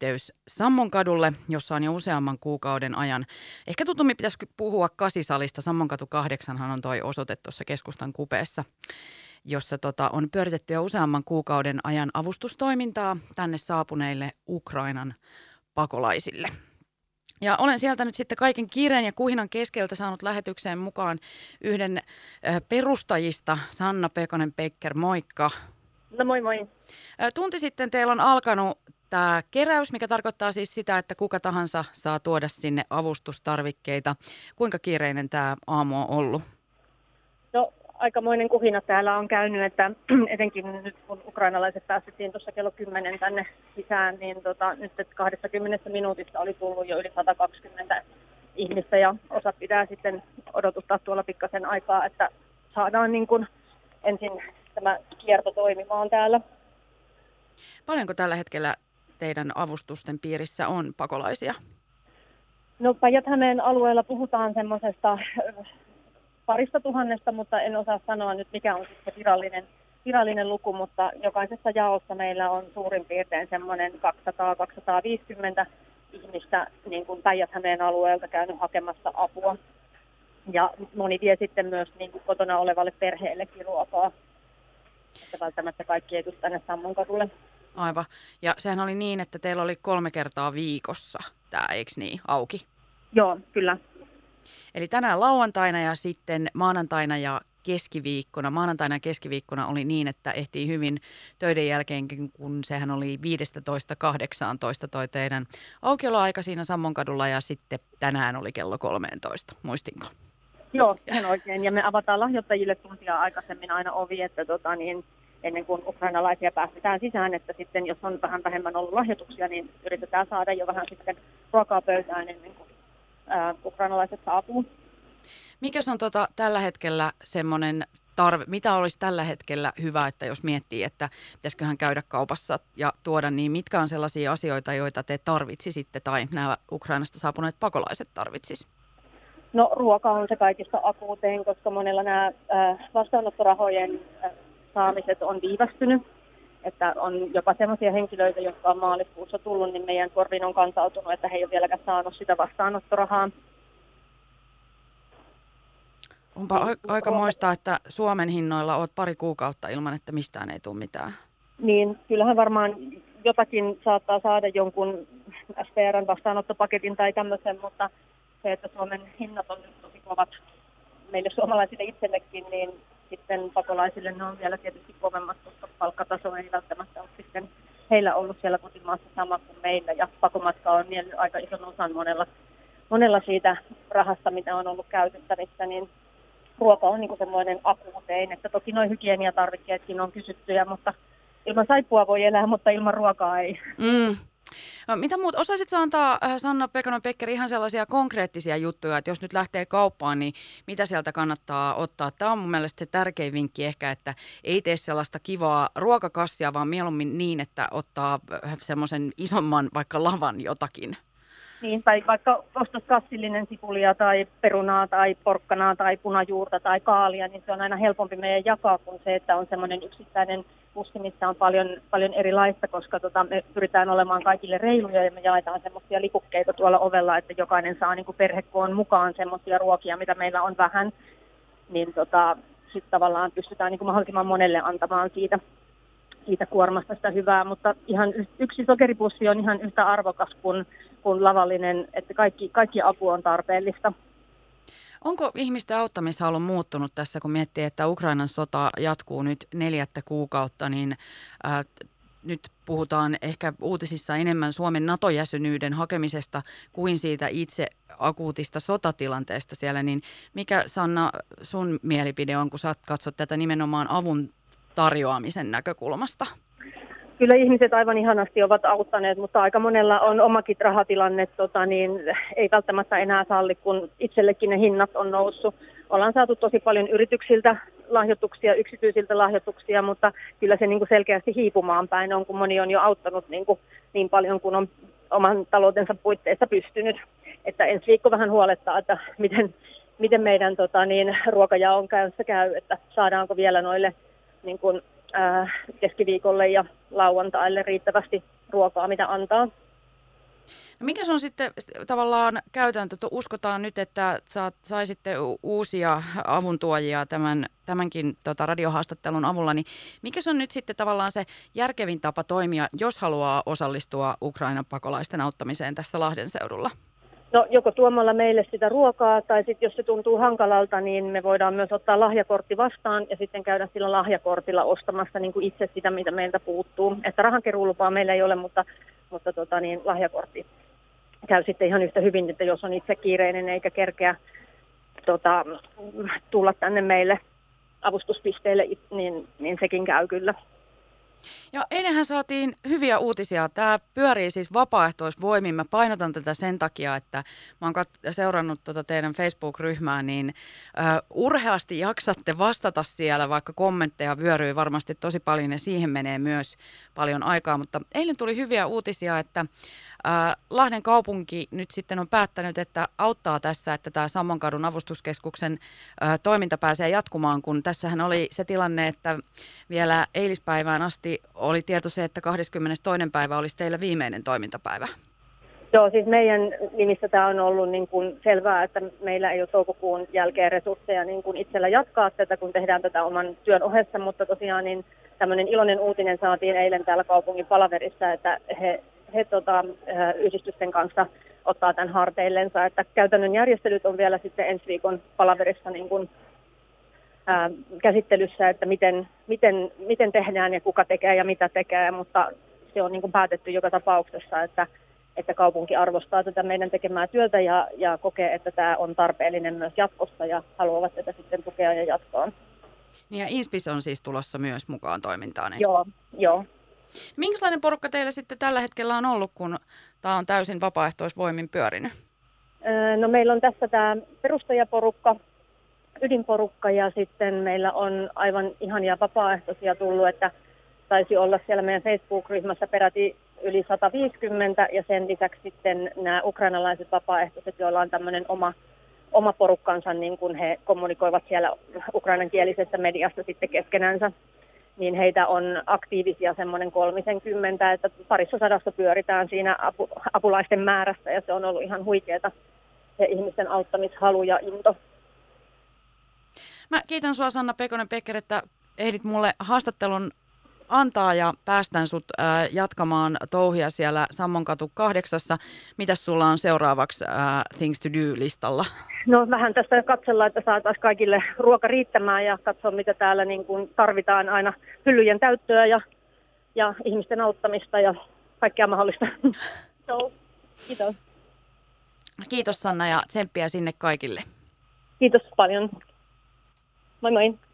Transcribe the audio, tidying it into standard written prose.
yhteys Sammonkadulle, jossa on jo useamman kuukauden ajan. Ehkä tutummin pitäisi puhua Kasisalista. Sammonkatu 8 on toi osoite tuossa keskustan kupeessa, jossa on pyöritetty jo useamman kuukauden ajan avustustoimintaa tänne saapuneille Ukrainan pakolaisille. Ja olen sieltä nyt sitten kaiken kiireen ja kuhinan keskeltä saanut lähetykseen mukaan yhden perustajista, Sanna Pekonen-Becker, moikka. No moi moi. Tunti sitten teillä on alkanut tämä keräys, mikä tarkoittaa siis sitä, että kuka tahansa saa tuoda sinne avustustarvikkeita. Kuinka kiireinen tämä aamu on ollut? No aikamoinen kuhina täällä on käynyt, että etenkin nyt kun ukrainalaiset päästettiin tuossa kello 10 tänne sisään, niin nyt 20 minuutissa oli tullut jo yli 120 ihmistä ja osa pitää sitten odotuttaa tuolla pikkasen aikaa, että saadaan niin kuin ensin tämä kierto toimimaan täällä. Paljonko tällä hetkellä teidän avustusten piirissä on pakolaisia? No Päijät-Hämeen alueella puhutaan semmoisesta 2,000, mutta en osaa sanoa nyt mikä on sitten virallinen luku, mutta jokaisessa jaossa meillä on suurin piirtein semmoinen 200-250 ihmistä niin kuin Päijät-Hämeen alueelta käynyt hakemassa apua. Ja moni vie sitten myös niin kuin kotona olevalle perheellekin ruokaa, että välttämättä kaikki ei tule tänne Sammonkadulle. Aivan. Ja sehän oli niin, että teillä oli 3 kertaa viikossa tämä, eikö niin, auki? Joo, kyllä. Eli tänään lauantaina ja sitten maanantaina ja keskiviikkona. Maanantaina ja keskiviikkona oli niin, että ehtii hyvin töiden jälkeenkin, kun sehän oli 15.18 toi teidän aukioloaika siinä Sammonkadulla ja sitten tänään oli kello 13. Muistinko? Joo, ihan oikein. Ja me avataan lahjoittajille tuntia aikaisemmin aina ovi, että ennen kuin ukrainalaisia päästetään sisään, että sitten jos on vähän vähemmän ollut lahjoituksia, niin yritetään saada jo vähän sitten ruokaa pöytään ennen kuin ukrainalaiset saapuu. Mikäs on tällä hetkellä semmoinen tarve, mitä olisi tällä hetkellä hyvä, että jos miettii, että pitäisiköhän käydä kaupassa ja tuoda, niin mitkä on sellaisia asioita, joita te tarvitsisitte tai nämä Ukrainasta saapuneet pakolaiset tarvitsis? No ruoka on se kaikista akuutein, koska monella nämä vastaanottorahojen saamiset on viivästynyt. Että on jopa sellaisia henkilöitä, jotka on maaliskuussa tullut, niin meidän korviin on kantautunut, että he ei ole vieläkään saanut sitä vastaanottorahaa. Onpa aika muistaa, että Suomen hinnoilla olet 2 kuukautta ilman, että mistään ei tule mitään. Niin, kyllähän varmaan jotakin saattaa saada jonkun SPR:n vastaanottopaketin tai tämmöisen, mutta se, että Suomen hinnat on nyt tosi kovat meille suomalaisille itsellekin, niin sitten pakolaisille ne on vielä tietysti kovemmat, koska palkkataso ei välttämättä ole sitten heillä ollut siellä kotimaassa sama kuin meillä. Ja pakomatka on niellyt aika ison osan monella siitä rahasta, mitä on ollut käytettävissä, niin ruoka on niin semmoinen akuutein. Että toki nuo hygieniatarvikkeetkin on kysyttyjä, mutta ilman saippua voi elää, mutta ilman ruokaa ei. Mitä muut? Osaisitko antaa, Sanna Pekonen-Becker, ihan sellaisia konkreettisia juttuja, että jos nyt lähtee kauppaan, niin mitä sieltä kannattaa ottaa? Tämä on mun mielestä se tärkein vinkki ehkä, että ei tee sellaista kivaa ruokakassia, vaan mieluummin niin, että ottaa semmoisen isomman vaikka lavan jotakin. Niin, tai vaikka ostaisi kassillinen sipulia tai perunaa tai porkkanaa tai punajuurta tai kaalia, niin se on aina helpompi meidän jakaa kuin se, että on semmoinen yksittäinen pussi, missä on paljon erilaista, koska me pyritään olemaan kaikille reiluja ja me jaetaan semmoisia lipukkeita tuolla ovella, että jokainen saa niin kuin perhekoon mukaan semmoisia ruokia, mitä meillä on vähän, niin sitten tavallaan pystytään niin kuin mahdollisimman monelle antamaan siitä kuormasta sitä hyvää, mutta ihan yksi sokeripussi on ihan yhtä arvokas kuin lavallinen, että kaikki apu on tarpeellista. Onko ihmisten auttamishalu muuttunut tässä, kun miettii, että Ukrainan sota jatkuu nyt 4. kuukautta, niin nyt puhutaan ehkä uutisissa enemmän Suomen NATO-jäsenyyden hakemisesta kuin siitä itse akuutista sotatilanteesta siellä, niin mikä, Sanna, sun mielipide on, kun sä katsot tätä nimenomaan avun tarjoamisen näkökulmasta? Kyllä ihmiset aivan ihanasti ovat auttaneet, mutta aika monella on omakin rahatilanne, niin ei välttämättä enää salli, kun itsellekin ne hinnat on noussut. Ollaan saatu tosi paljon yrityksiltä lahjoituksia, yksityisiltä lahjoituksia, mutta kyllä se niin kuin selkeästi hiipumaan päin on, kun moni on jo auttanut niin paljon kuin on oman taloutensa puitteissa pystynyt. Että ensi viikko vähän huolettaa, että miten meidän ruokajaon käynnissä käy, että saadaanko vielä noille niin kuin, keskiviikolle ja lauantaille riittävästi ruokaa, mitä antaa. No mikä se on sitten tavallaan käytäntö? Uskotaan nyt, että saisitte uusia avuntuojia tämänkin radiohaastattelun avulla, niin mikä se on nyt sitten tavallaan se järkevin tapa toimia, jos haluaa osallistua Ukrainan pakolaisten auttamiseen tässä Lahden seudulla? No joko tuomalla meille sitä ruokaa tai sitten jos se tuntuu hankalalta, niin me voidaan myös ottaa lahjakortti vastaan ja sitten käydä sillä lahjakortilla ostamassa niin kuin itse sitä, mitä meiltä puuttuu. Että rahankeruulupaa meillä ei ole, mutta lahjakortti käy sitten ihan yhtä hyvin, että jos on itse kiireinen eikä kerkeä tulla tänne meille avustuspisteelle, niin sekin käy kyllä. Ja eilenhän saatiin hyviä uutisia. Tämä pyörii siis vapaaehtoisvoimin. Mä painotan tätä sen takia, että mä oon seurannut teidän Facebook-ryhmää, niin urheasti jaksatte vastata siellä, vaikka kommentteja vyöryy varmasti tosi paljon ja siihen menee myös paljon aikaa. Mutta eilen tuli hyviä uutisia, että Lahden kaupunki nyt sitten on päättänyt, että auttaa tässä, että tämä Sammonkadun avustuskeskuksen toiminta pääsee jatkumaan, kun tässähän oli se tilanne, että vielä eilispäivään asti oli tieto se, että 22. päivä olisi teillä viimeinen toimintapäivä. Joo, siis meidän nimissä tämä on ollut niin kuin selvää, että meillä ei ole toukokuun jälkeen resursseja niin kuin itsellä jatkaa tätä, kun tehdään tätä oman työn ohessa, mutta tosiaan niin tämmöinen iloinen uutinen saatiin eilen täällä kaupungin palaverissa, että he yhdistysten kanssa ottaa tämän harteillensa, että käytännön järjestelyt on vielä sitten ensi viikon palaverissa niin kuin, käsittelyssä, että miten tehdään ja kuka tekee ja mitä tekee, mutta se on niin kuin päätetty joka tapauksessa, että kaupunki arvostaa tätä meidän tekemää työtä ja kokee, että tämä on tarpeellinen myös jatkossa ja haluavat tätä sitten tukea ja jatkoa. Niin ja Inspis on siis tulossa myös mukaan toimintaan, eikö? Joo. Minkälainen porukka teillä sitten tällä hetkellä on ollut, kun tämä on täysin vapaaehtoisvoimin pyörinyt? No meillä on tässä tämä perustajaporukka, ydinporukka ja sitten meillä on aivan ihania vapaaehtoisia tullut, että taisi olla siellä meidän Facebook-ryhmässä peräti yli 150 ja sen lisäksi sitten nämä ukrainalaiset vapaaehtoiset, joilla on tämmöinen oma porukkansa, niin kuin he kommunikoivat siellä ukrainankielisessä mediassa sitten keskenänsä. Niin heitä on aktiivisia semmoinen 30, että parissa sadassa pyöritään siinä apulaisten määrässä ja se on ollut ihan huikeeta se ihmisten auttamishalu ja into. Mä kiitän sua Sanna Pekonen-Becker, että ehdit mulle haastattelun antaa ja päästän sut jatkamaan touhia siellä Sammonkatu 8. Mitäs sulla on seuraavaksi Things to Do-listalla? No vähän tästä katsellaan, että saataisiin kaikille ruoka riittämään ja katsoa, mitä täällä niin kuin tarvitaan aina hyllyjen täyttöä ja ihmisten auttamista ja kaikkea mahdollista. Kiitos. Kiitos Sanna ja tsemppiä sinne kaikille. Kiitos paljon. Moi moi.